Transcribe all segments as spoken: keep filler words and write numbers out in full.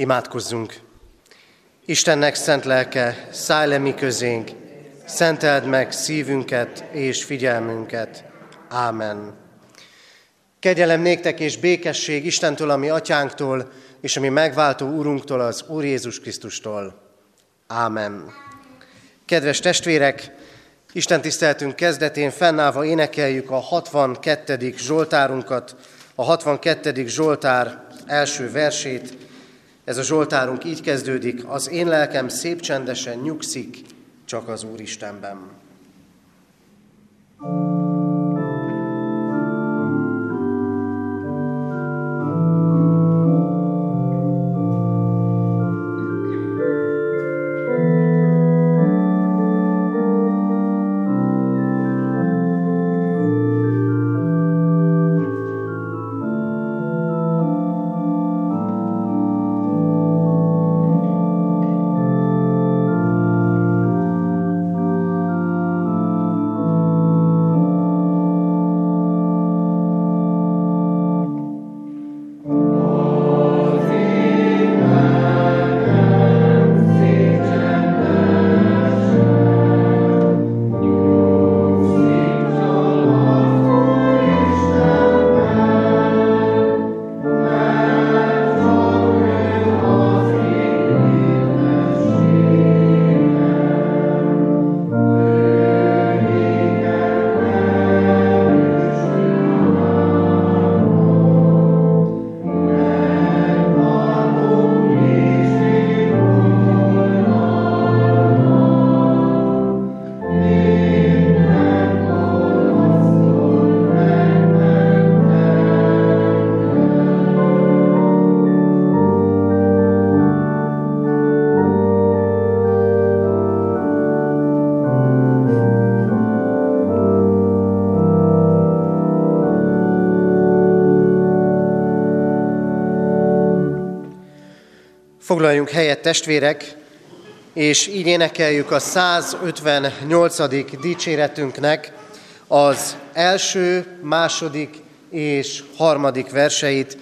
Imádkozzunk! Istennek szent lelke, szállj le mi közénk, szenteld meg szívünket és figyelmünket. Ámen. Kegyelem néktek és békesség Istentől, a mi atyánktól, és a mi megváltó Úrunktól, az Úr Jézus Krisztustól. Ámen. Kedves testvérek, Isten tiszteletünk kezdetén fennállva énekeljük a hatvankettedik Zsoltárunkat, a hatvankettedik Zsoltár első versét. Ez a Zsoltárunk így kezdődik: az én lelkem szép csendesen nyugszik csak az Úristenben. Foglaljunk helyet, testvérek, és így énekeljük a százötvennyolcadik dicséretünknek az első, második és harmadik verseit.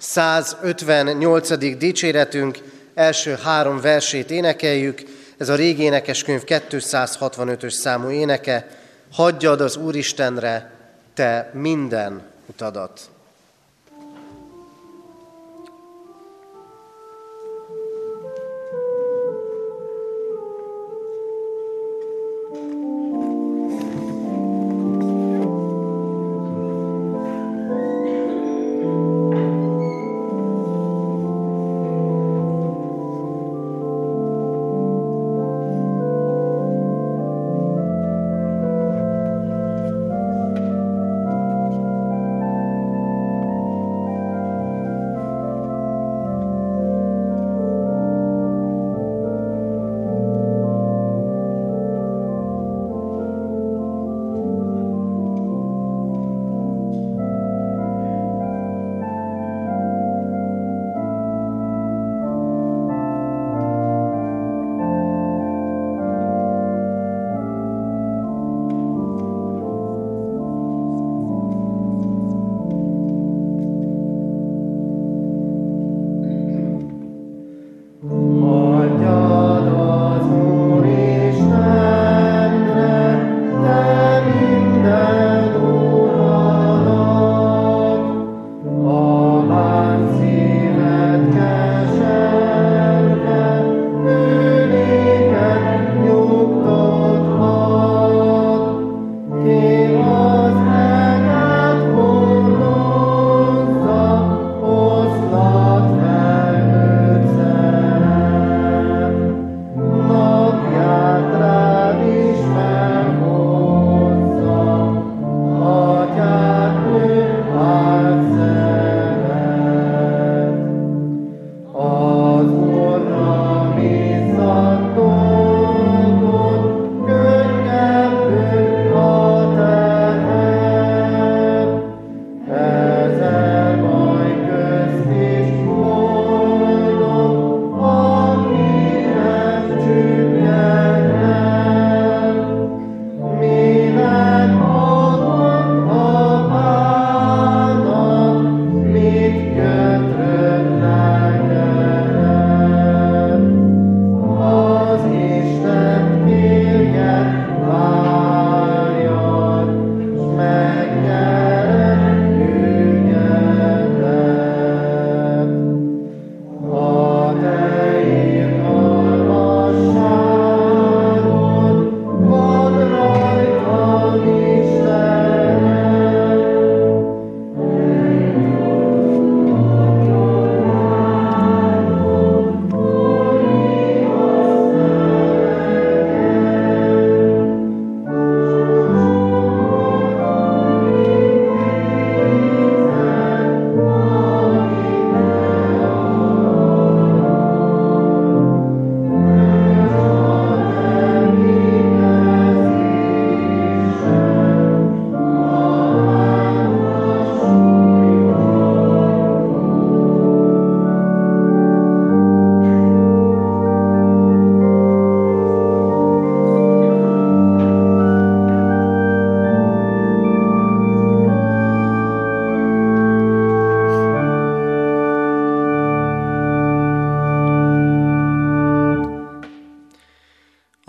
százötvennyolcadik dicséretünk első három versét énekeljük. Ez a Régi Énekeskönyv kétszázhatvanötös számú éneke. Hagyjad az Úristenre te minden utadat. Thank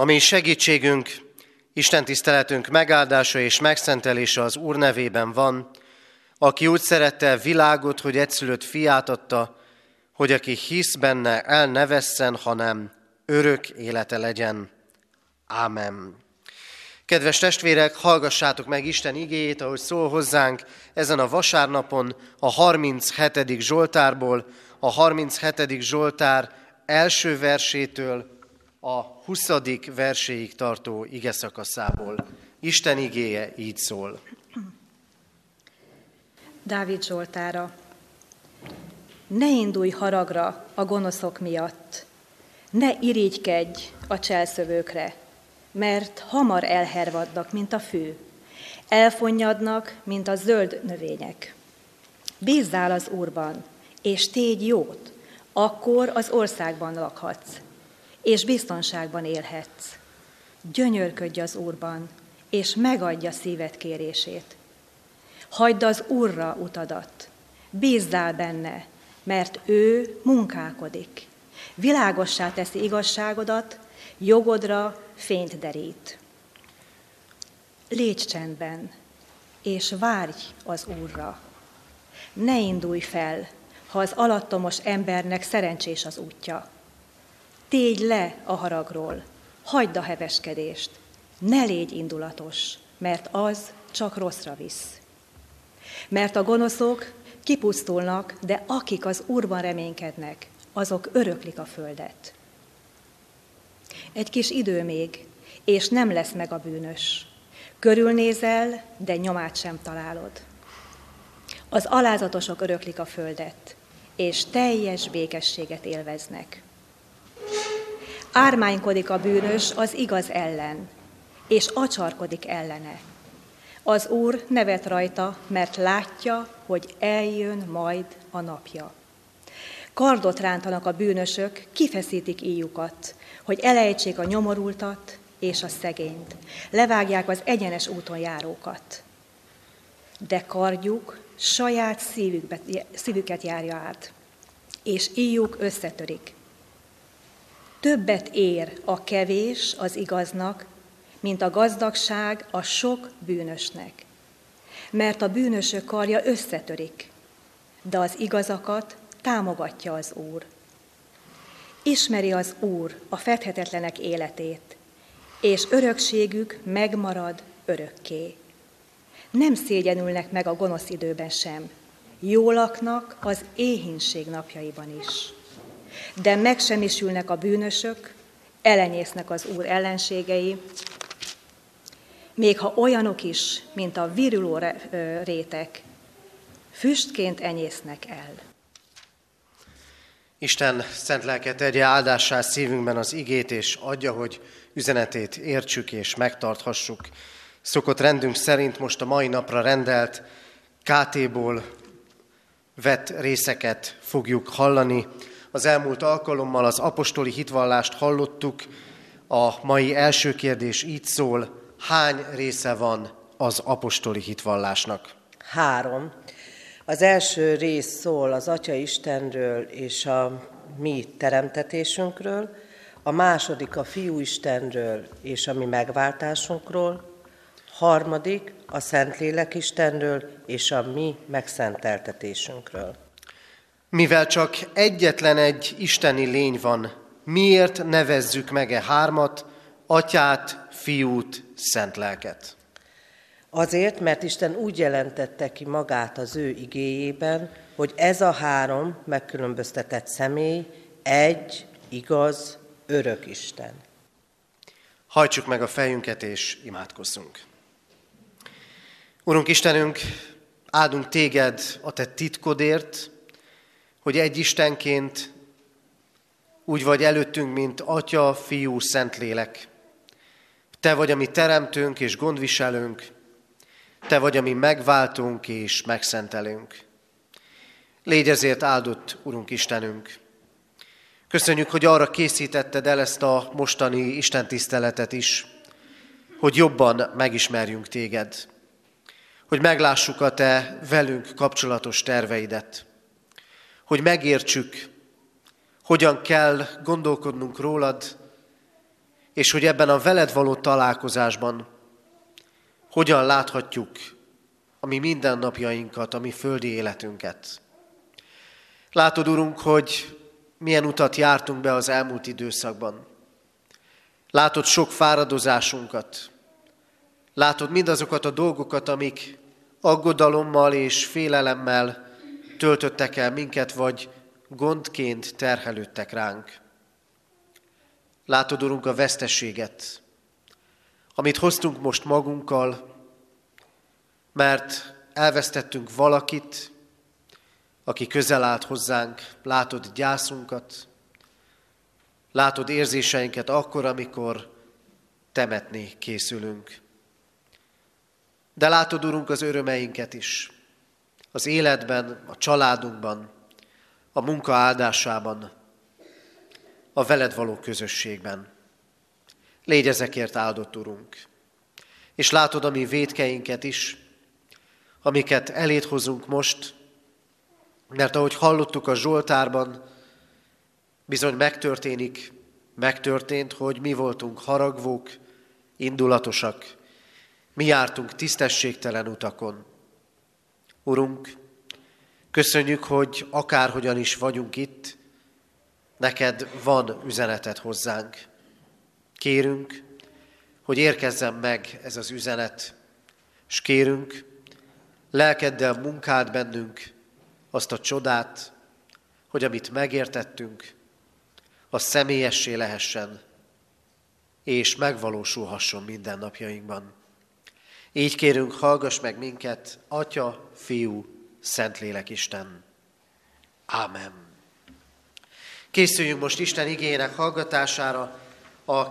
mi segítségünk, Isten tiszteletünk megáldása és megszentelése az Úr nevében van, aki úgy szerette a világot, hogy egyszülött fiát adta, hogy aki hisz benne, el ne vesszen, hanem örök élete legyen. Ámen. Kedves testvérek, hallgassátok meg Isten igéjét, ahogy szól hozzánk ezen a vasárnapon a harminchetedik Zsoltárból, a harminchetedik Zsoltár első versétől a huszadik verséig tartó igeszakaszából. Isten igéje így szól. Dávid Zsoltára. Ne indulj haragra a gonoszok miatt, ne irigykedj a cselszövőkre, mert hamar elhervadnak, mint a fű, elfonnyadnak, mint a zöld növények. Bízzál az Úrban, és tégy jót, akkor az országban lakhatsz, és biztonságban élhetsz. Gyönyörködj az Úrban, és megadja szíved kérését. Hagyd az Úrra utadat, bízzál benne, mert ő munkálkodik. Világossá teszi igazságodat, jogodra fényt derít. Légy csendben, és várj az Úrra. Ne indulj fel, ha az alattomos embernek szerencsés az útja. Tégy le a haragról, hagyd a heveskedést, ne légy indulatos, mert az csak rosszra visz. Mert a gonoszok kipusztulnak, de akik az Úrban reménykednek, azok öröklik a földet. Egy kis idő még, és nem lesz meg a bűnös. Körülnézel, de nyomát sem találod. Az alázatosok öröklik a földet, és teljes békességet élveznek. Ármánykodik a bűnös az igaz ellen, és acsarkodik ellene. Az Úr nevet rajta, mert látja, hogy eljön majd a napja. Kardot rántanak a bűnösök, kifeszítik íjukat, hogy elejtsék a nyomorultat és a szegényt. Levágják az egyenes úton járókat. De kardjuk saját szívükbe, szívüket járja át, és íjuk összetörik. Többet ér a kevés az igaznak, mint a gazdagság a sok bűnösnek. Mert a bűnösök karja összetörik, de az igazakat támogatja az Úr. Ismeri az Úr a fedhetetlenek életét, és örökségük megmarad örökké. Nem szégyenülnek meg a gonosz időben sem, jól laknak az éhínség napjaiban is. De megsemmisülnek a bűnösök, elenyésznek az Úr ellenségei, még ha olyanok is, mint a viruló rétek, füstként enyésznek el. Isten szent lelke tegye áldássá szívünkben az igét, és adja, hogy üzenetét értsük és megtarthassuk. Szokott rendünk szerint most a mai napra rendelt ká té-ból vett részeket fogjuk hallani. Az elmúlt alkalommal az apostoli hitvallást hallottuk. A mai első kérdés így szól: hány része van az apostoli hitvallásnak? Három. Az első rész szól az Atya Istenről és a mi teremtetésünkről, a második a Fiú Istenről és a mi megváltásunkról, harmadik a Szentlélek Istenről és a mi megszenteltetésünkről. Mivel csak egyetlen egy isteni lény van, miért nevezzük meg e hármat, Atyát, Fiút, Szent Lelket? Azért, mert Isten úgy jelentette ki magát az ő igéjében, hogy ez a három megkülönböztetett személy egy, igaz, örök Isten. Hajtsuk meg a fejünket és imádkozzunk. Urunk Istenünk, áldunk téged a te titkodért, hogy egy Istenként úgy vagy előttünk, mint Atya, Fiú, Szentlélek. Te vagy a mi teremtőnk és gondviselőnk, te vagy a mi megváltunk és megszentelünk. Légy ezért áldott, Urunk Istenünk. Köszönjük, hogy arra készítetted el ezt a mostani istentiszteletet is, hogy jobban megismerjünk téged, hogy meglássuk a te velünk kapcsolatos terveidet, hogy megértsük, hogyan kell gondolkodnunk rólad, és hogy ebben a veled való találkozásban hogyan láthatjuk a mi mindennapjainkat, a mi földi életünket. Látod, Urunk, hogy milyen utat jártunk be az elmúlt időszakban. Látod sok fáradozásunkat. Látod mindazokat a dolgokat, amik aggodalommal és félelemmel töltöttek el minket, vagy gondként terhelődtek ránk. Látod, Urunk, a veszteséget, amit hoztunk most magunkkal, mert elvesztettünk valakit, aki közel állt hozzánk. Látod gyászunkat, látod érzéseinket akkor, amikor temetni készülünk. De látod, Urunk, az örömeinket is, az életben, a családunkban, a munka áldásában, a veled való közösségben. Légy ezekért áldott, Urunk. És látod a mi vétkeinket is, amiket eléd hozunk most, mert ahogy hallottuk a Zsoltárban, bizony megtörténik, megtörtént, hogy mi voltunk haragvók, indulatosak, mi jártunk tisztességtelen utakon. Urunk, köszönjük, hogy akárhogyan is vagyunk itt, neked van üzeneted hozzánk. Kérünk, hogy érkezzen meg ez az üzenet, és kérünk, lelkeddel munkáld bennünk azt a csodát, hogy amit megértettünk, az személyessé lehessen, és megvalósulhasson mindennapjainkban. Így kérünk, hallgass meg minket, Atya, Fiú, Szentlélek Isten. Ámen. Készüljünk most Isten igéjének hallgatására a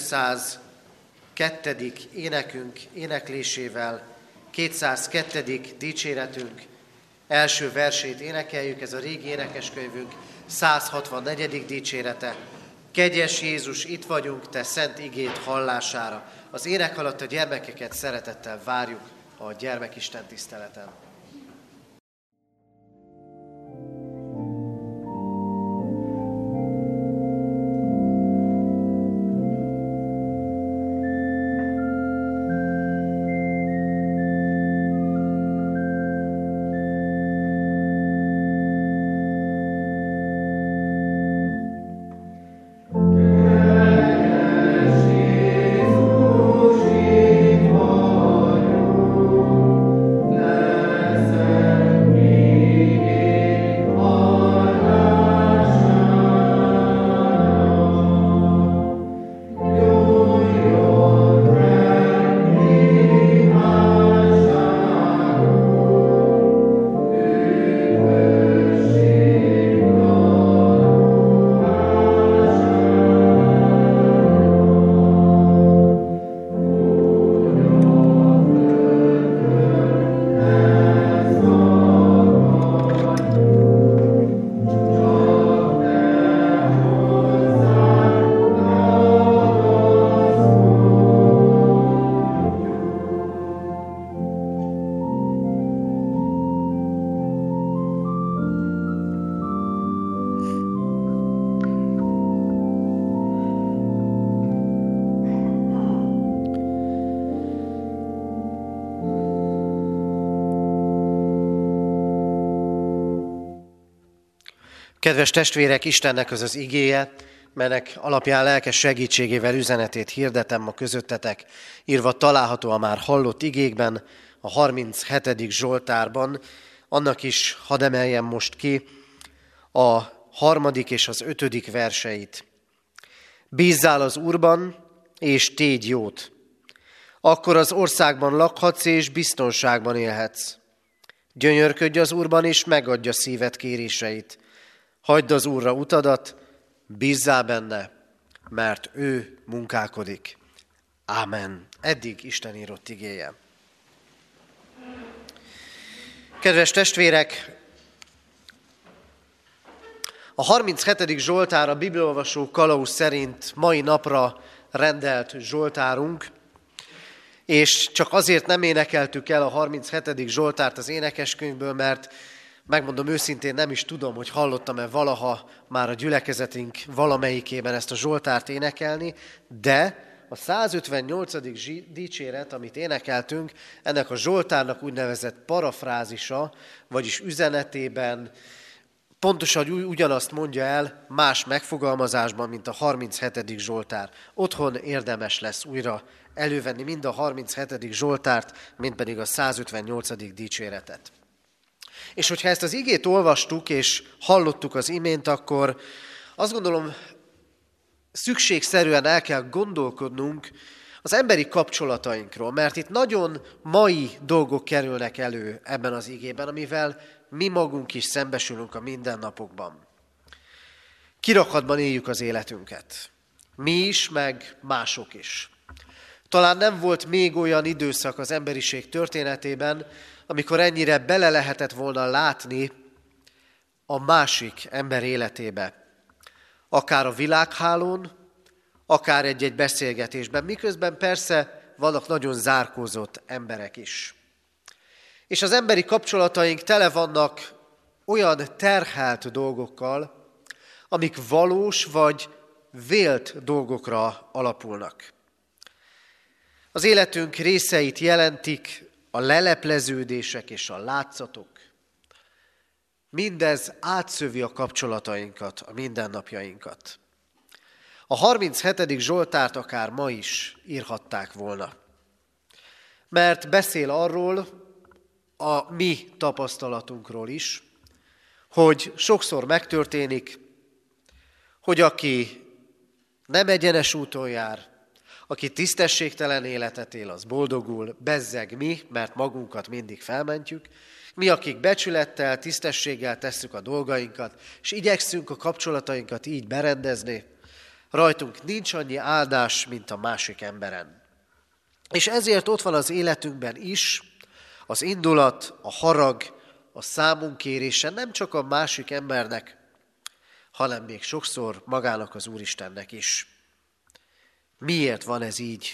kétszázkettő. énekünk éneklésével, kétszázkettő. dicséretünk első versét énekeljük, ez a régi énekeskönyvünk száz hatvannegyedik dicsérete. Kegyes Jézus, itt vagyunk, te szent igét hallására. Az ének alatt a gyermekeket szeretettel várjuk a gyermekisten tiszteleten. Kedves testvérek, Istennek az az igéje, melynek alapján lelkes segítségével üzenetét hirdetem ma közöttetek, írva található a már hallott igékben, a harminchetedik Zsoltárban. Annak is hadd emeljem most ki a harmadik és az ötödik verseit. Bízzál az Úrban, és tégy jót. Akkor az országban lakhatsz, és biztonságban élhetsz. Gyönyörködj az Úrban, és megadja szíved kéréseit. Hagyd az Úrra utadat, bízzál benne, mert ő munkálkodik. Ámen. Eddig Isten írott igéje. Kedves testvérek, a harminchetedik Zsoltár a bibliaolvasó kalauz szerint mai napra rendelt Zsoltárunk, és csak azért nem énekeltük el a harminchetedik Zsoltárt az énekeskönyvből, mert megmondom őszintén, nem is tudom, hogy hallottam-e valaha már a gyülekezetünk valamelyikében ezt a Zsoltárt énekelni, de a százötvennyolcadik dicséret, amit énekeltünk, ennek a Zsoltárnak úgynevezett parafrázisa, vagyis üzenetében pontosan ugyanazt mondja el más megfogalmazásban, mint a harminchetedik Zsoltár. Otthon érdemes lesz újra elővenni mind a harminchetedik Zsoltárt, mind pedig a százötvennyolcadik dicséretet. És hogyha ezt az igét olvastuk és hallottuk az imént, akkor azt gondolom, szükségszerűen el kell gondolkodnunk az emberi kapcsolatainkról, mert itt nagyon mai dolgok kerülnek elő ebben az igében, amivel mi magunk is szembesülünk a mindennapokban. Kirakatban éljük az életünket. Mi is, meg mások is. Talán nem volt még olyan időszak az emberiség történetében, amikor ennyire bele lehetett volna látni a másik ember életébe. Akár a világhálón, akár egy-egy beszélgetésben, miközben persze vannak nagyon zárkózott emberek is. És az emberi kapcsolataink tele vannak olyan terhelt dolgokkal, amik valós vagy vélt dolgokra alapulnak. Az életünk részeit jelentik a lelepleződések és a látszatok. Mindez átszövi a kapcsolatainkat, a mindennapjainkat. A harminchetedik Zsoltárt akár ma is írhatták volna, mert beszél arról, a mi tapasztalatunkról is, hogy sokszor megtörténik, hogy aki nem egyenes úton jár, aki tisztességtelen életet él, az boldogul, bezzeg mi, mert magunkat mindig felmentjük, mi, akik becsülettel, tisztességgel tesszük a dolgainkat, és igyekszünk a kapcsolatainkat így berendezni, rajtunk nincs annyi áldás, mint a másik emberen. És ezért ott van az életünkben is az indulat, a harag, a számunkérése nem csak a másik embernek, hanem még sokszor magának az Úristennek is. Miért van ez így?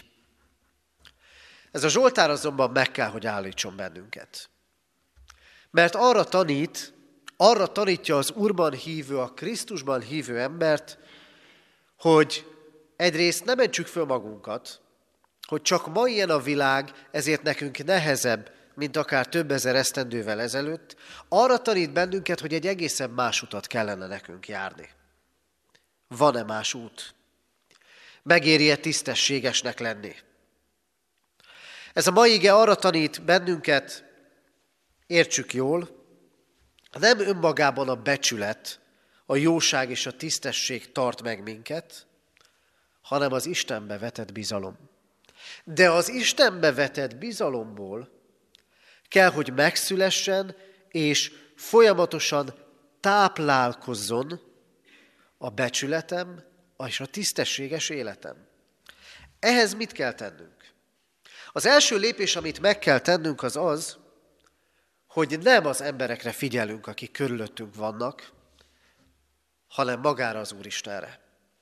Ez a Zsoltár azonban meg kell, hogy állítson bennünket. Mert arra tanít, arra tanítja az Úrban hívő, a Krisztusban hívő embert, hogy egyrészt ne mentsük föl magunkat, hogy csak ma ilyen a világ, ezért nekünk nehezebb, mint akár több ezer esztendővel ezelőtt, arra tanít bennünket, hogy egy egészen más utat kellene nekünk járni. Van-e más út? Megéri-e tisztességesnek lenni? Ez a mai ige arra tanít bennünket, értsük jól, nem önmagában a becsület, a jóság és a tisztesség tart meg minket, hanem az Istenbe vetett bizalom. De az Istenbe vetett bizalomból kell, hogy megszülessen, és folyamatosan táplálkozzon a becsületem és a tisztességes életem. Ehhez mit kell tennünk? Az első lépés, amit meg kell tennünk, az az, hogy nem az emberekre figyelünk, akik körülöttünk vannak, hanem magára az Úristenre.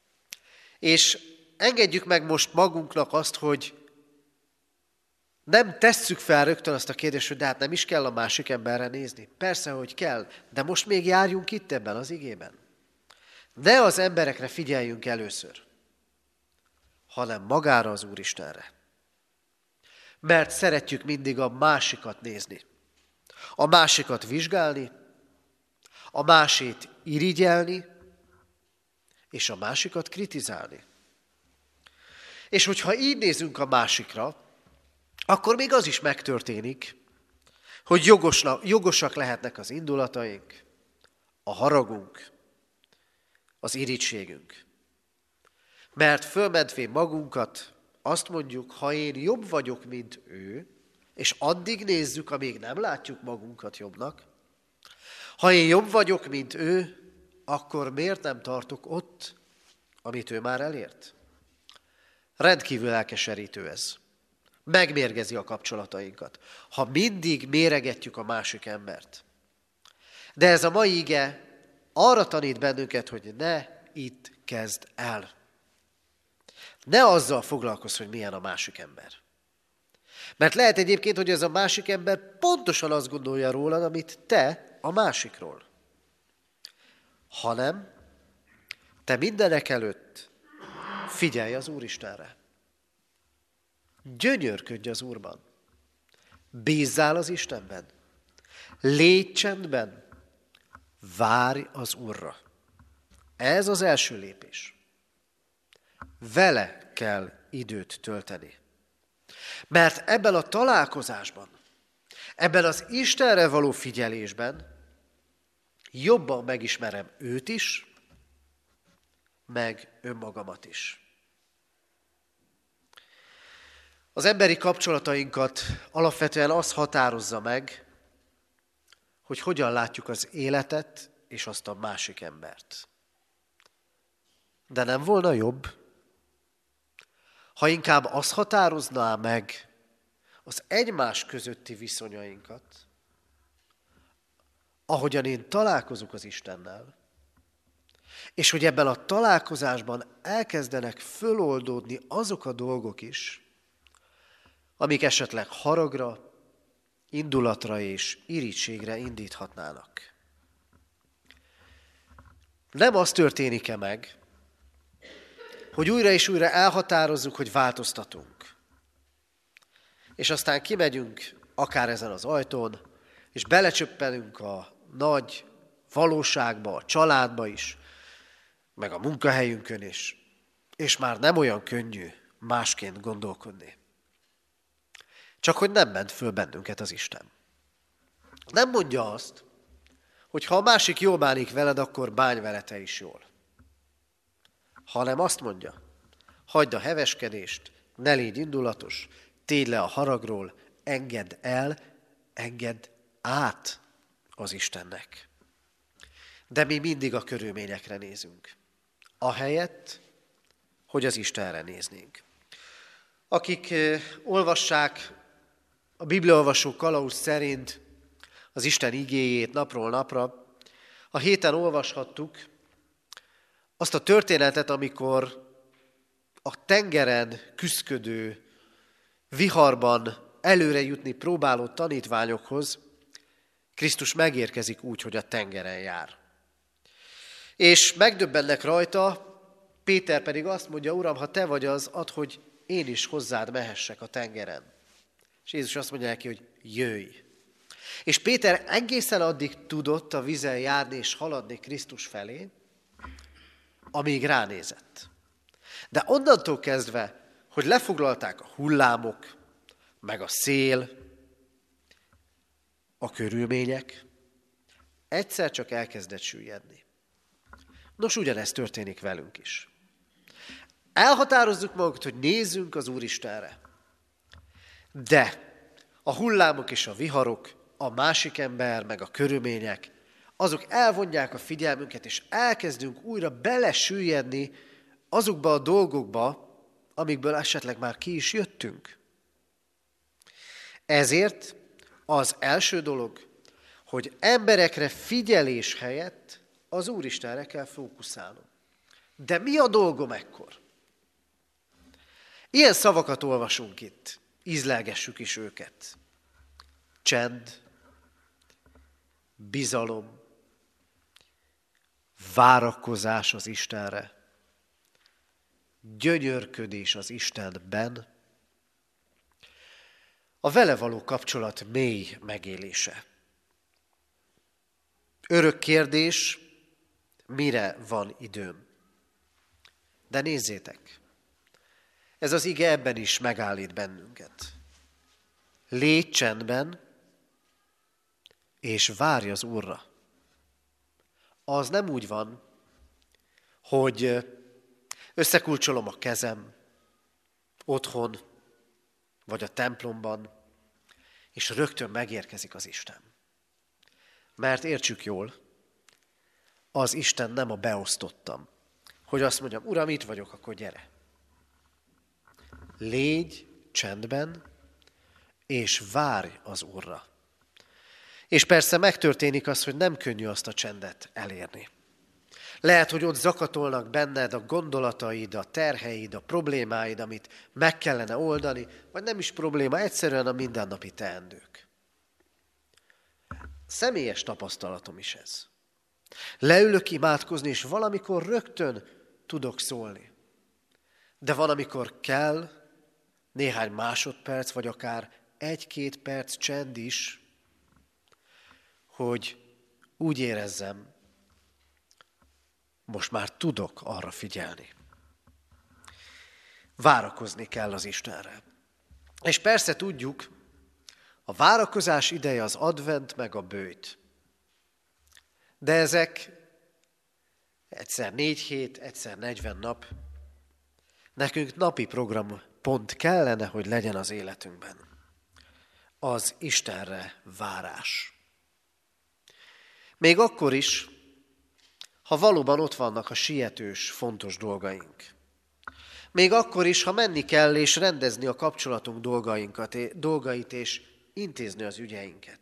És engedjük meg most magunknak azt, hogy nem tesszük fel rögtön azt a kérdést, hogy de hát nem is kell a másik emberre nézni. Persze, hogy kell, de most még járjunk itt ebben az igében. Ne az emberekre figyeljünk először, hanem magára az Úristenre. Mert szeretjük mindig a másikat nézni, a másikat vizsgálni, a másét irigyelni, és a másikat kritizálni. És hogyha így nézünk a másikra, akkor még az is megtörténik, hogy jogosnak, jogosak lehetnek az indulataink, a haragunk, az irítségünk. Mert fölmentvén magunkat, azt mondjuk, ha én jobb vagyok, mint ő, és addig nézzük, amíg nem látjuk magunkat jobbnak, ha én jobb vagyok, mint ő, akkor miért nem tartok ott, amit ő már elért? Rendkívül elkeserítő ez. Megmérgezi a kapcsolatainkat, ha mindig méregetjük a másik embert. De ez a mai ige arra tanít bennünket, hogy ne itt kezd el. Ne azzal foglalkozz, hogy milyen a másik ember. Mert lehet egyébként, hogy ez a másik ember pontosan azt gondolja rólad, amit te a másikról, hanem te mindenek előtt figyelj az Úristenre. Gyönyörködj az Úrban. Bízzál az Istenben. Légy csendben. Várj az Úrra. Ez az első lépés. Vele kell időt tölteni. Mert ebben a találkozásban, ebben az Istenre való figyelésben jobban megismerem őt is, meg önmagamat is. Az emberi kapcsolatainkat alapvetően az határozza meg, hogy hogyan látjuk az életet és azt a másik embert. De nem volna jobb, ha inkább az határozná meg az egymás közötti viszonyainkat, ahogyan én találkozok az Istennel, és hogy ebben a találkozásban elkezdenek föloldódni azok a dolgok is, amik esetleg haragra, indulatra és irítségre indíthatnának. Nem az történik-e meg, hogy újra és újra elhatározzuk, hogy változtatunk. És aztán kimegyünk akár ezen az ajtón, és belecsöppenünk a nagy valóságba, a családba is, meg a munkahelyünkön is, és már nem olyan könnyű másként gondolkodni. Csak hogy nem ment föl bennünket az Isten. Nem mondja azt, hogy ha a másik jól bánik veled, akkor bánj vele te is jól. Hanem azt mondja, hagyd a heveskedést, ne légy indulatos, tégy le a haragról, engedd el, engedd át az Istennek. De mi mindig a körülményekre nézünk, ahelyett, hogy az Istenre néznénk. Akik eh, olvassák a bibliaolvasó kalauz szerint az Isten igéjét napról napra, a héten olvashattuk azt a történetet, amikor a tengeren küszködő, viharban előre jutni próbáló tanítványokhoz Krisztus megérkezik úgy, hogy a tengeren jár. És megdöbbennek rajta, Péter pedig azt mondja, Uram, ha te vagy az, add, hogy én is hozzád mehessek a tengeren. És Jézus azt mondja neki, hogy jöjj. És Péter egészen addig tudott a vízen járni és haladni Krisztus felé, amíg ránézett. De onnantól kezdve, hogy lefoglalták a hullámok, meg a szél, a körülmények, egyszer csak elkezdett süllyedni. Nos, ugyanezt történik velünk is. Elhatározzuk magunkat, hogy nézzünk az Úristenre. De a hullámok és a viharok, a másik ember, meg a körülmények, azok elvonják a figyelmünket, és elkezdünk újra belesüllyedni azokba a dolgokba, amikből esetleg már ki is jöttünk. Ezért az első dolog, hogy emberekre figyelés helyett az Úristenre kell fókuszálnom. De mi a dolgom ekkor? Ilyen szavakat olvasunk itt, ízlelgessük is őket. Csend, bizalom, várakozás az Istenre, gyönyörködés az Istenben, a vele való kapcsolat mély megélése. Örök kérdés, mire van időm? De nézzétek, ez az ige ebben is megállít bennünket. Légy csendben, és várj az Úrra. Az nem úgy van, hogy összekulcsolom a kezem otthon, vagy a templomban, és rögtön megérkezik az Isten. Mert értsük jól, az Isten nem a beosztottam, hogy azt mondjam, Uram, itt vagyok, akkor gyere. Légy csendben, és várj az Úrra. És persze megtörténik az, hogy nem könnyű azt a csendet elérni. Lehet, hogy ott zakatolnak benned a gondolataid, a terheid, a problémáid, amit meg kellene oldani, vagy nem is probléma, egyszerűen a mindennapi teendők. személyes tapasztalatom is ez. Leülök imádkozni, és valamikor rögtön tudok szólni. De van, amikor kell néhány másodperc, vagy akár egy-két perc csend is, hogy úgy érezzem, most már tudok arra figyelni. Várakozni kell az Istenre. És persze tudjuk, a várakozás ideje az advent meg a bőjt. De ezek egyszer négy hét, egyszer negyven nap. Nekünk napi program pont kellene, hogy legyen az életünkben. Az Istenre várás. Még akkor is, ha valóban ott vannak a sietős, fontos dolgaink. Még akkor is, ha menni kell és rendezni a kapcsolatunk dolgainkat, dolgait és intézni az ügyeinket.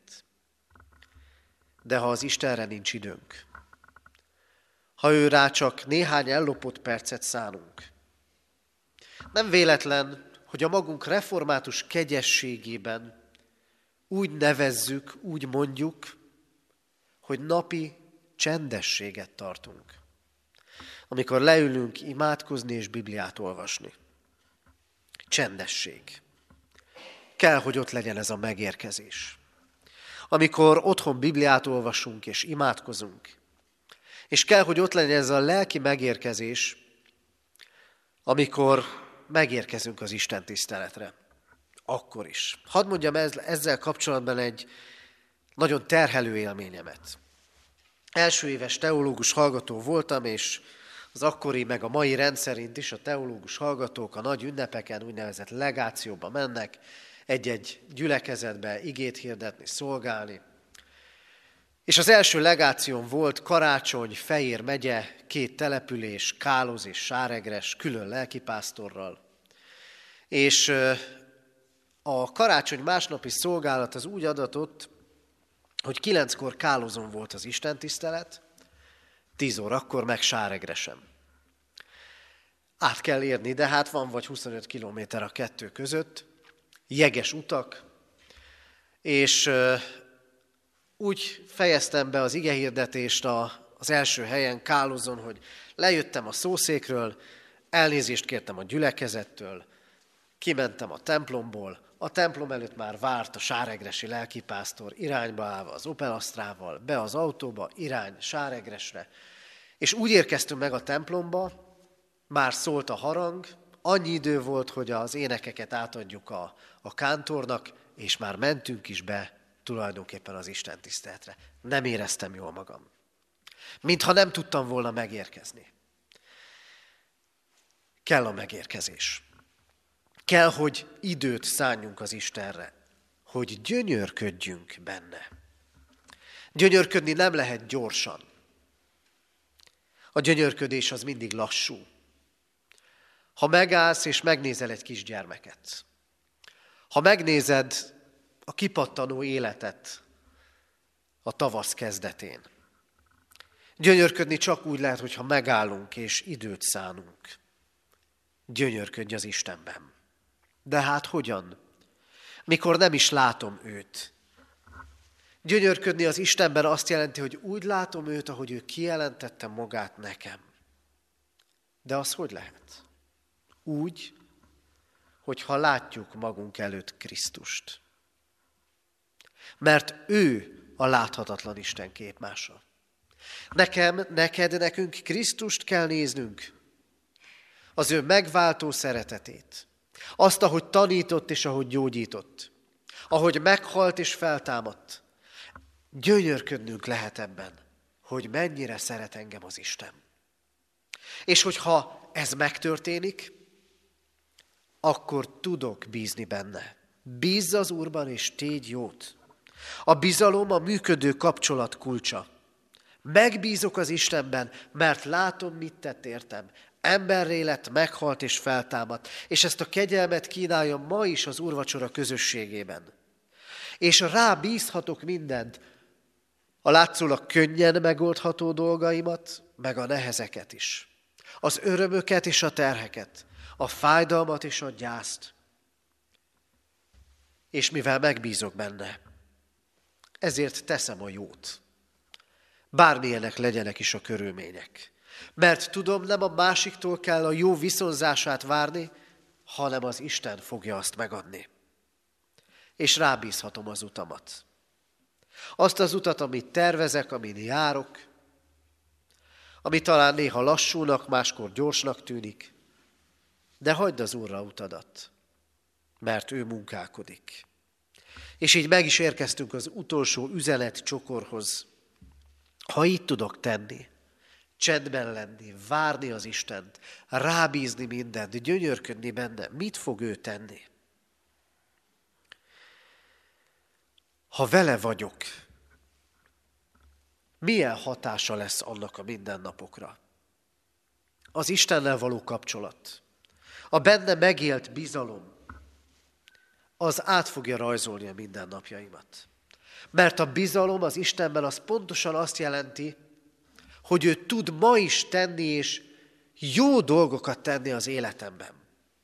De ha az Istenre nincs időnk, ha ő rá csak néhány ellopott percet szánunk, nem véletlen, hogy a magunk református kegyességében úgy nevezzük, úgy mondjuk, hogy napi csendességet tartunk, amikor leülünk imádkozni és Bibliát olvasni. Csendesség. Kell, hogy ott legyen ez a megérkezés. Amikor otthon Bibliát olvasunk és imádkozunk, és kell, hogy ott legyen ez a lelki megérkezés, amikor megérkezünk az Isten tiszteletre. Akkor is. Hadd mondjam ezzel kapcsolatban egy nagyon terhelő élményemet. Első éves teológus hallgató voltam, és az akkori, meg a mai rendszerint is a teológus hallgatók a nagy ünnepeken, úgynevezett legációba mennek, egy-egy gyülekezetbe igét hirdetni, szolgálni. És az első legáción volt Karácsony, Fejér megye, két település, Káloz és Sáregres, külön lelkipásztorral. És a karácsony másnapi szolgálat az úgy adatott, hogy kilenckor Kálozon volt az istentisztelet, tíz órakor meg Sáregresen. Át kell érni, de hát van vagy huszonöt kilométer a kettő között, jeges utak, és úgy fejeztem be az igehirdetést az első helyen Kálozon, hogy lejöttem a szószékről, elnézést kértem a gyülekezettől, kimentem a templomból, a templom előtt már várt a sáregresi lelkipásztor, irányba állva az Opel Astrával, be az autóba, irány Sáregresre. És úgy érkeztünk meg a templomba, már szólt a harang, annyi idő volt, hogy az énekeket átadjuk a, a kántornak, és már mentünk is be tulajdonképpen az Isten tiszteletre. Nem éreztem jól magam. Mintha nem tudtam volna megérkezni. Kell a megérkezés. Kell, hogy időt szánjunk az Istenre, hogy gyönyörködjünk benne. Gyönyörködni nem lehet gyorsan. A gyönyörködés az mindig lassú. Ha megállsz és megnézel egy kisgyermeket, ha megnézed a kipattanó életet a tavasz kezdetén, gyönyörködni csak úgy lehet, hogyha megállunk és időt szánunk. Gyönyörködj az Istenben. De hát hogyan? Mikor nem is látom őt. Gyönyörködni az Istenben azt jelenti, hogy úgy látom őt, ahogy ő kijelentette magát nekem. De az hogy lehet? Úgy, hogyha látjuk magunk előtt Krisztust. Mert ő a láthatatlan Isten képmása. Nekem, neked, nekünk Krisztust kell néznünk. Az ő megváltó szeretetét. Azt, ahogy tanított és ahogy gyógyított. Ahogy meghalt és feltámadt. Gyönyörködnünk lehet ebben, hogy mennyire szeret engem az Isten. És hogyha ez megtörténik, akkor tudok bízni benne. Bízz az Úrban és tégy jót. A bizalom a működő kapcsolat kulcsa. Megbízok az Istenben, mert látom, mit tett értem. Emberré lett, meghalt és feltámadt, és ezt a kegyelmet kínálja ma is az úrvacsora közösségében. És rá bízhatok mindent, a látszólag könnyen megoldható dolgaimat, meg a nehezeket is. Az örömöket és a terheket, a fájdalmat és a gyászt. És mivel megbízok benne, ezért teszem a jót. Bármilyenek legyenek is a körülmények. Mert tudom, nem a másiktól kell a jó viszonzását várni, hanem az Isten fogja azt megadni. És rábízhatom az utamat. Azt az utat, amit tervezek, amin járok, ami talán néha lassúnak, máskor gyorsnak tűnik, de hagyd az Úrra utadat, mert ő munkálkodik. És így meg is érkeztünk az utolsó üzenet csokorhoz. Ha így tudok tenni, csendben lenni, várni az Istent, rábízni mindent, gyönyörködni benne, mit fog ő tenni? Ha vele vagyok, milyen hatása lesz annak a mindennapokra? Az Istennel való kapcsolat, a benne megélt bizalom, az át fogja rajzolni a mindennapjaimat. Mert a bizalom az Istenben az pontosan azt jelenti, hogy ő tud ma is tenni, és jó dolgokat tenni az életemben.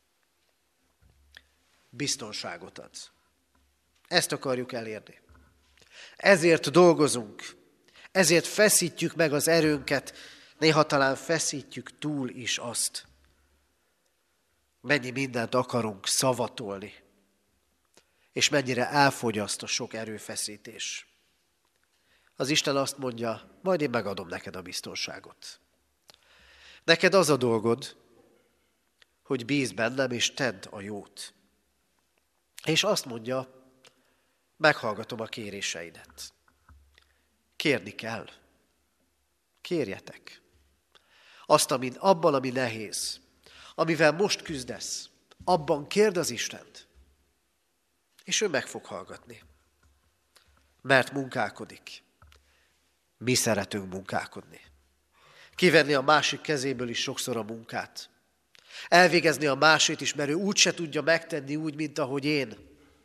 Biztonságot ad. Ezt akarjuk elérni. Ezért dolgozunk, ezért feszítjük meg az erőnket, néha talán feszítjük túl is azt. Mennyi mindent akarunk szavatolni, és mennyire elfogyaszt a sok erőfeszítés. Az Isten azt mondja, majd én megadom neked a biztonságot. Neked az a dolgod, hogy bízz bennem, és tedd a jót. És azt mondja, meghallgatom a kéréseidet. Kérni kell. Kérjetek. Azt, amin, abban, ami nehéz, amivel most küzdesz, abban kérd az Istent. És ő meg fog hallgatni. Mert munkálkodik. Mi szeretünk munkálkodni. Kivenni a másik kezéből is sokszor a munkát. Elvégezni a másét is, mert ő úgy se tudja megtenni úgy, mint ahogy én.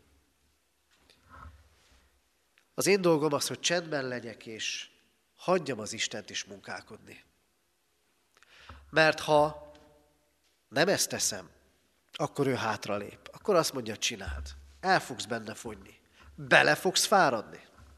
Az én dolgom az, hogy csendben legyek, és hagyjam az Istent is munkálkodni. Mert ha nem ezt teszem, akkor ő hátralép. Akkor azt mondja, csináld. El fogsz benne fogyni. Bele fogsz fáradni.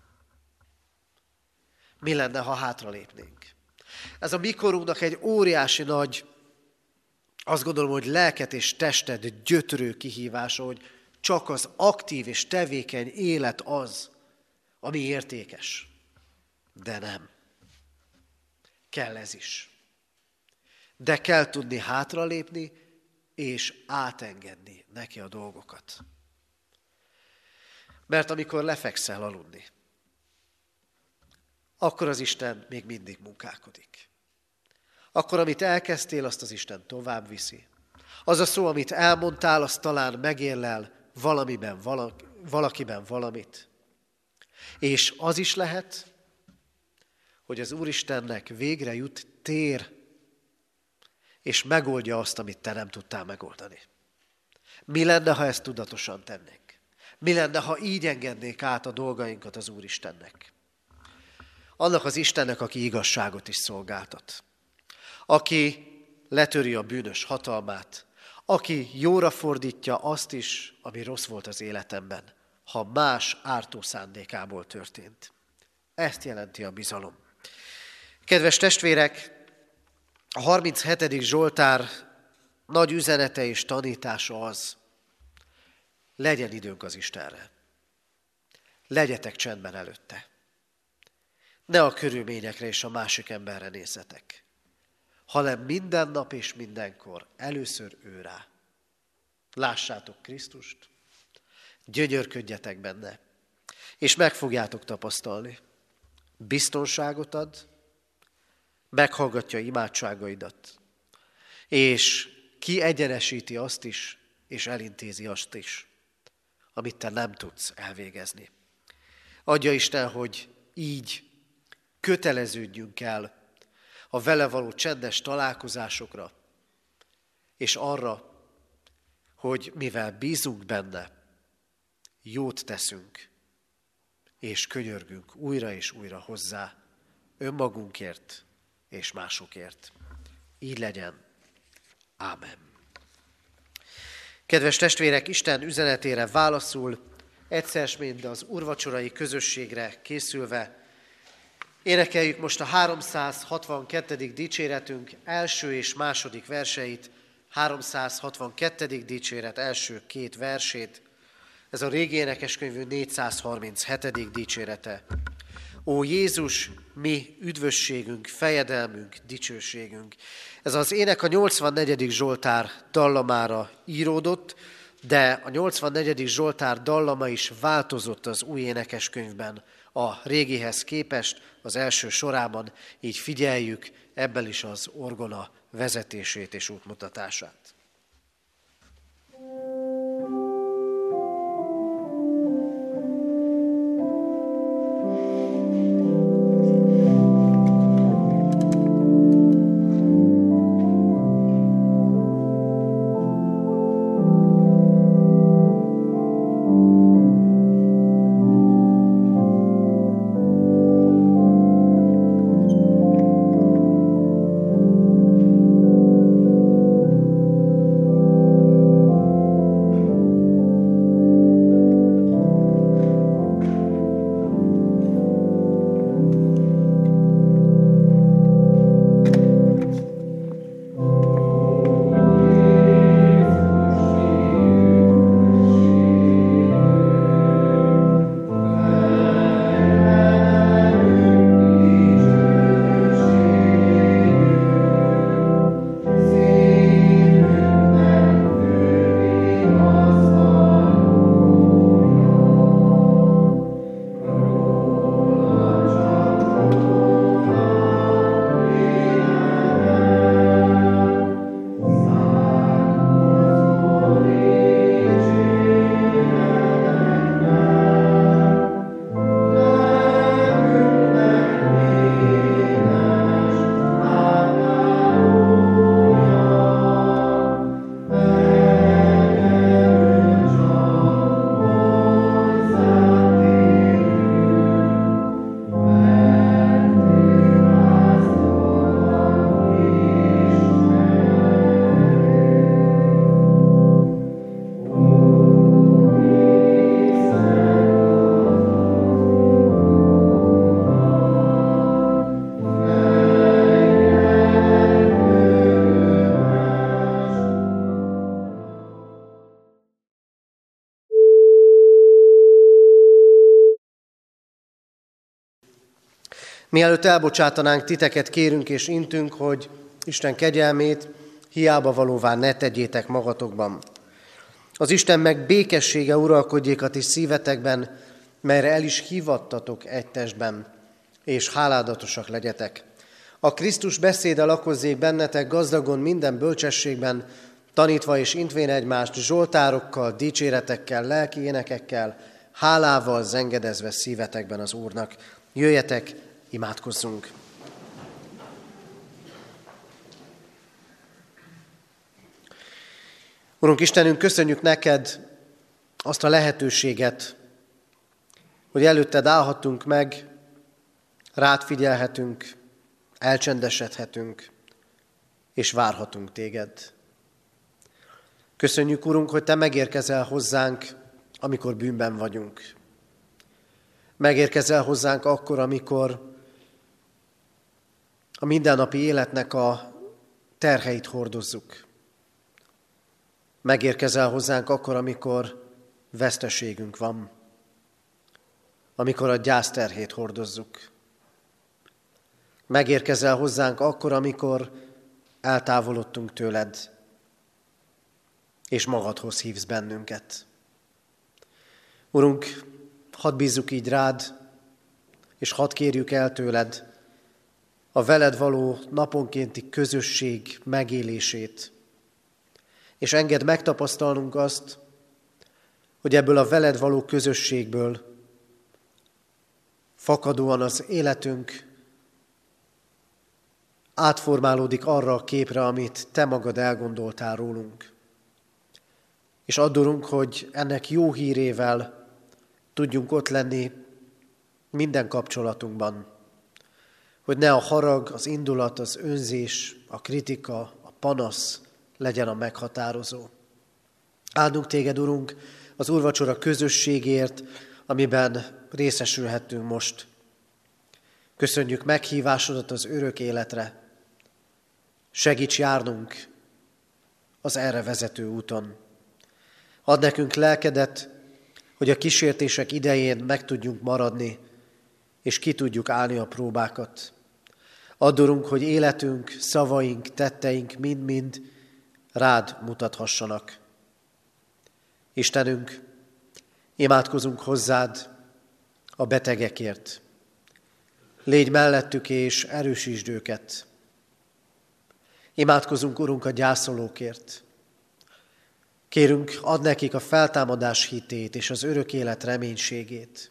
Mi lenne, ha hátralépnénk? Ez a mikorunknak egy óriási nagy, azt gondolom, hogy lelket és testet gyötrő kihívása, hogy csak az aktív és tevékeny élet az, ami értékes. De nem. Kell ez is. De kell tudni hátralépni, és átengedni neki a dolgokat. Mert amikor lefekszel aludni, akkor az Isten még mindig munkálkodik. Akkor, amit elkezdtél, azt az Isten tovább viszi. Az a szó, amit elmondtál, azt talán megérlel valamiben, valaki, valakiben valamit. És az is lehet, hogy az Úristennek végre jut tér, és megoldja azt, amit te nem tudtál megoldani. Mi lenne, ha ezt tudatosan tennénk? Mi lenne, ha így engednék át a dolgainkat az Úristennek? Annak az Istennek, aki igazságot is szolgáltat. Aki letöri a bűnös hatalmát. Aki jóra fordítja azt is, ami rossz volt az életemben, ha más ártó szándékából történt. Ezt jelenti a bizalom. Kedves testvérek, a harminchetedik Zsoltár nagy üzenete és tanítása az, legyen időnk az Istenre. Legyetek csendben előtte. Ne a körülményekre és a másik emberre nézzetek, hanem minden nap és mindenkor először ő rá. Lássátok Krisztust, gyönyörködjetek benne, és meg fogjátok tapasztalni. Biztonságot ad, meghallgatja imádságaidat, és kiegyenesíti azt is, és elintézi azt is, amit te nem tudsz elvégezni. Adja Isten, hogy így köteleződjünk el a vele való csendes találkozásokra, és arra, hogy mivel bízunk benne, jót teszünk, és könyörgünk újra és újra hozzá, önmagunkért és másokért. Így legyen. Ámen. Kedves testvérek, Isten üzenetére válaszul egyszer, mint az úrvacsorai közösségre készülve. Énekeljük most a háromszázhatvankettedik dicséretünk első és második verseit, háromszázhatvankettedik dicséret első két versét. Ez a régi énekeskönyvünk négyszázharminchetedik dicsérete. Ó Jézus, mi üdvösségünk, fejedelmünk, dicsőségünk. Ez az ének a nyolcvannegyedik Zsoltár dallamára íródott, de a nyolcvannegyedik Zsoltár dallama is változott az új énekeskönyvben a régihez képest, az első sorában, így figyeljük ebből is az orgona vezetését és útmutatását. Mielőtt elbocsátanánk titeket, kérünk és intünk, hogy Isten kegyelmét hiába valóvá ne tegyétek magatokban. Az Isten meg békessége uralkodjék a ti szívetekben, melyre el is hívattatok egy testben, és háládatosak legyetek. A Krisztus beszéde lakozzék bennetek gazdagon minden bölcsességben, tanítva és intvén egymást zsoltárokkal, dicséretekkel, lelki énekekkel, hálával zengedezve szívetekben az Úrnak. Jöjjetek, imádkozzunk! Urunk Istenünk, köszönjük neked azt a lehetőséget, hogy előtted állhatunk meg, rád figyelhetünk, elcsendesedhetünk, és várhatunk téged. Köszönjük, Urunk, hogy te megérkezel hozzánk, amikor bűnben vagyunk. Megérkezel hozzánk akkor, amikor a mindennapi életnek a terheit hordozzuk. Megérkezel hozzánk akkor, amikor veszteségünk van, amikor a gyászterhét hordozzuk. Megérkezel hozzánk akkor, amikor eltávolodtunk tőled, és magadhoz hívsz bennünket. Urunk, hadd bízzuk így rád, és hadd kérjük el tőled a veled való naponkénti közösség megélését, és engedd megtapasztalnunk azt, hogy ebből a veled való közösségből fakadóan az életünk átformálódik arra a képre, amit te magad elgondoltál rólunk. És addurunk, hogy ennek jó hírével tudjunk ott lenni minden kapcsolatunkban, hogy ne a harag, az indulat, az önzés, a kritika, a panasz legyen a meghatározó. Áldunk téged, Urunk, az úrvacsora közösségért, amiben részesülhettünk most. Köszönjük meghívásodat az örök életre. Segíts járnunk az erre vezető úton. Add nekünk lelkedet, hogy a kísértések idején meg tudjunk maradni, és ki tudjuk állni a próbákat. Add, Urunk, hogy életünk, szavaink, tetteink mind-mind rád mutathassanak. Istenünk, imádkozunk hozzád a betegekért. Légy mellettük és erősítsd őket. Imádkozunk, Urunk, a gyászolókért. Kérünk, add nekik a feltámadás hitét és az örök élet reménységét,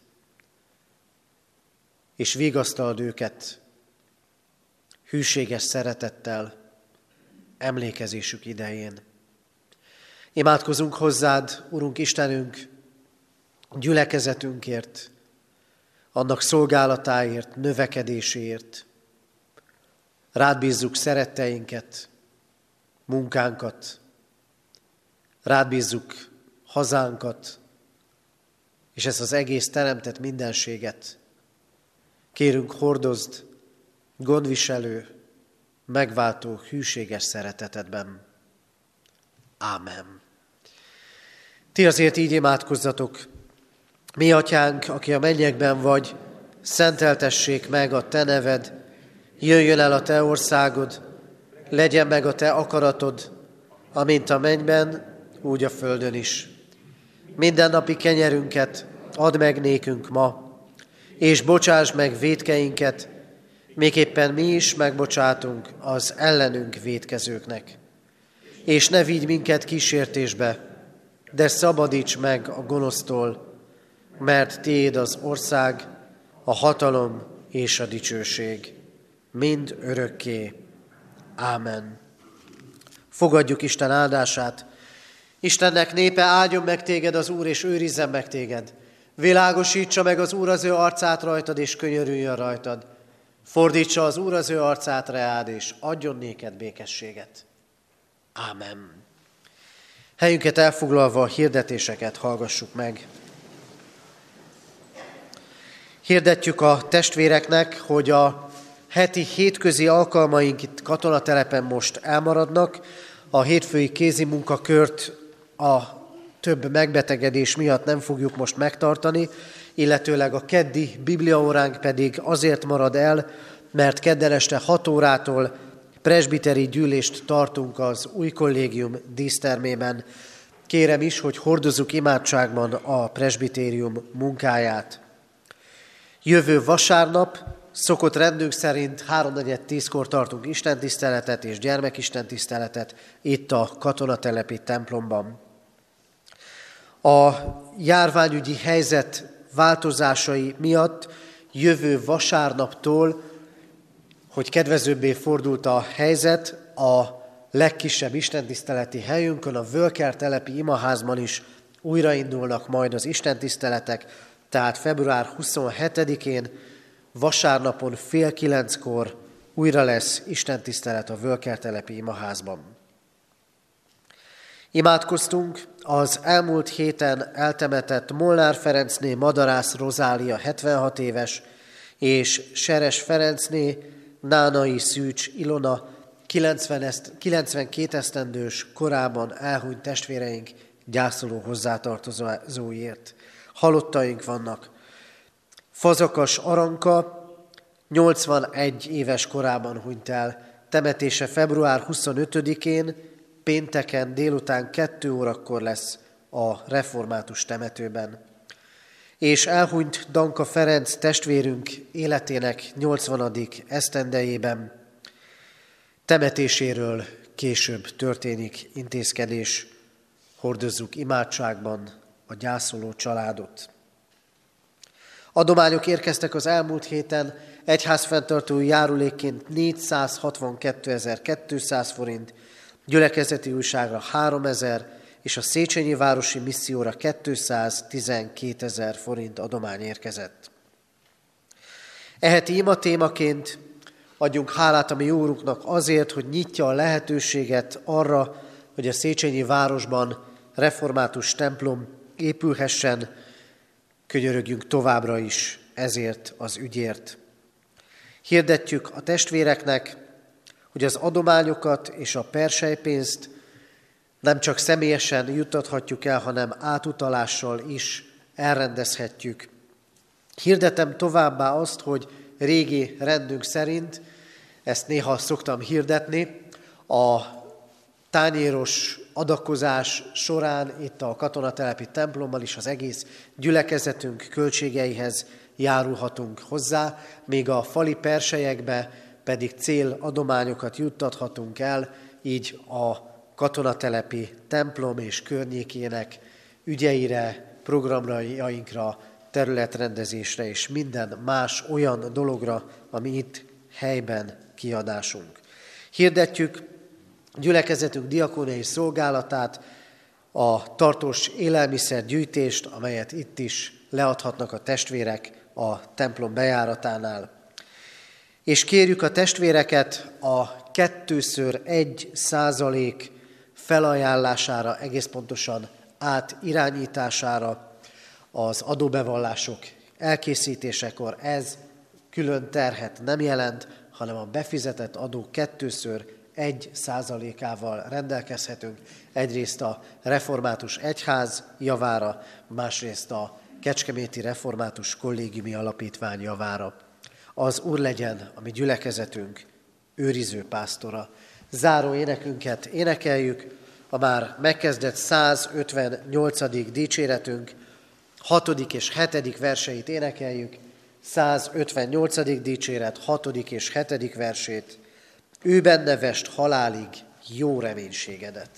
és vigasztald őket hűséges szeretettel emlékezésük idején. Imádkozunk hozzád, Urunk Istenünk, gyülekezetünkért, annak szolgálatáért, növekedéséért. Rád bízzuk szeretteinket, munkánkat, rád bízzuk hazánkat, és ezt az egész teremtett mindenséget. Kérünk, hordozd gondviselő, megváltó, hűséges szeretetedben. Ámen. Ti azért így imádkozzatok: Mi atyánk, aki a mennyekben vagy, szenteltessék meg a te neved, jöjjön el a te országod, legyen meg a te akaratod, amint a mennyben, úgy a földön is. Mindennapi kenyerünket add meg nékünk ma, és bocsásd meg vétkeinket, miképpen mi is megbocsátunk az ellenünk vétkezőknek. És ne vigy minket kísértésbe, de szabadíts meg a gonosztól, mert tiéd az ország, a hatalom és a dicsőség, mind örökké. Ámen. Fogadjuk Isten áldását. Istennek népe, áldjon meg téged az Úr, és őrizzen meg téged. Világosítsa meg az Úr az ő arcát rajtad, és könyörüljön rajtad. Fordítsa az Úr az ő arcát reád, és adjon néked békességet. Ámen. Helyünket elfoglalva a hirdetéseket hallgassuk meg. Hirdetjük a testvéreknek, hogy a heti hétközi alkalmaink itt katonatelepen most elmaradnak. A hétfői kézi munkakört a több megbetegedés miatt nem fogjuk most megtartani, illetőleg a keddi bibliaóránk pedig azért marad el, mert kedden este hat órától presbiteri gyűlést tartunk az új kollégium dísztermében. Kérem is, hogy hordozzuk imádságban a presbitérium munkáját. Jövő vasárnap szokott rendünk szerint háromnegyed tízkor tartunk istentiszteletet és gyermekistentiszteletet itt a katonatelepi templomban. A járványügyi helyzet változásai miatt jövő vasárnaptól, hogy kedvezőbbé fordult a helyzet, a legkisebb istentiszteleti helyünkön, a Völker telepi imaházban is újraindulnak majd az istentiszteletek, tehát február huszonhetedikén, vasárnapon fél kilenckor újra lesz istentisztelet a Völker telepi imaházban. Imádkoztunk az elmúlt héten eltemetett Molnár Ferencné Madarász Rozália hetvenhat éves, és Seres Ferencné Nánai Szűcs Ilona kilencvenkét esztendős korában elhunyt testvéreink gyászoló hozzátartozóiért. Halottaink vannak. Fazakas Aranka nyolcvanegy éves korában hunyt el. Temetése február huszonötödikén, pénteken délután kettő órakor lesz a református temetőben. És elhunyt Danka Ferenc testvérünk életének nyolcvanadik esztendejében. Temetéséről később történik intézkedés. Hordozzuk imádságban a gyászoló családot. Adományok érkeztek az elmúlt héten, egyházfenntartói járulékként négyszázhatvankettezer-kétszáz forint, gyülekezeti újságra háromezer és a Széchenyi Városi Misszióra kétszáztizenkétezer forint adomány érkezett. Eheti ima témaként adjunk hálát a mi jó Úrunknak azért, hogy nyitja a lehetőséget arra, hogy a Széchenyi városban református templom épülhessen, könyörögjünk továbbra is ezért az ügyért. Hirdetjük a testvéreknek, hogy az adományokat és a perselypénzt nem csak személyesen juttathatjuk el, hanem átutalással is elrendezhetjük. Hirdetem továbbá azt, hogy régi rendünk szerint, ezt néha szoktam hirdetni, a tányéros adakozás során itt a katonatelepi templommal is az egész gyülekezetünk költségeihez járulhatunk hozzá, még a fali perselyekbe pedig céladományokat juttathatunk el, így a katonatelepi templom és környékének ügyeire, programjainkra, területrendezésre és minden más olyan dologra, ami itt helyben kiadásunk. Hirdetjük gyülekezetünk diakóniai szolgálatát, a tartós élelmiszergyűjtést, amelyet itt is leadhatnak a testvérek a templom bejáratánál. És kérjük a testvéreket a kettőször egy százalék felajánlására, egész pontosan átirányítására az adóbevallások elkészítésekor. Ez külön terhet nem jelent, hanem a befizetett adó kettőször egy százalékával rendelkezhetünk. Egyrészt a Református Egyház javára, másrészt a Kecskeméti Református Kollégiumi Alapítvány javára. Az Úr legyen a mi gyülekezetünk őriző pásztora. Záró énekünket énekeljük, a már megkezdett százötvennyolcadik dicséretünk hatodik és hetedik verseit énekeljük. százötvennyolcadik dicséret hatodik és hetedik versét. Ő benne vest halálig jó reménységedet.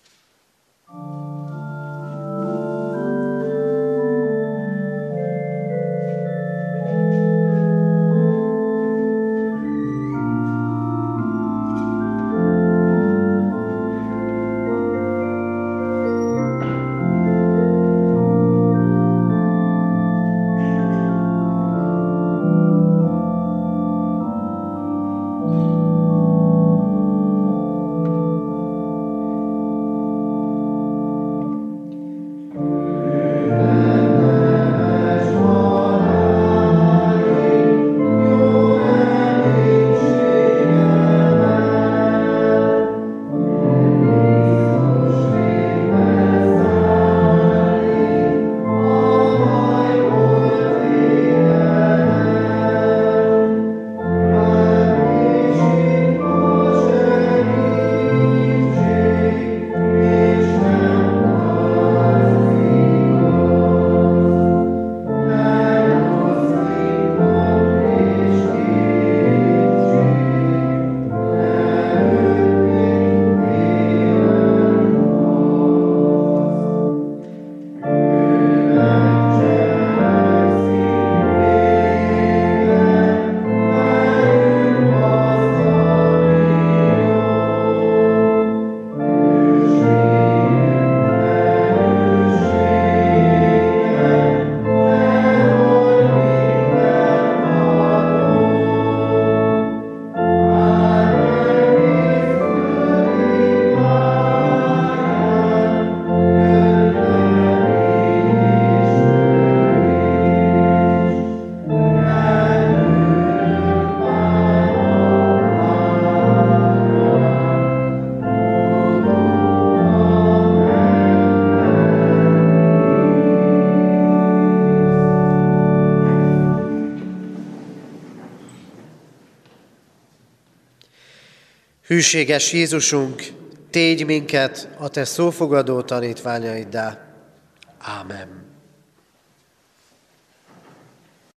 Hűséges Jézusunk, tégy minket a Te szófogadó tanítványaiddá. Ámen.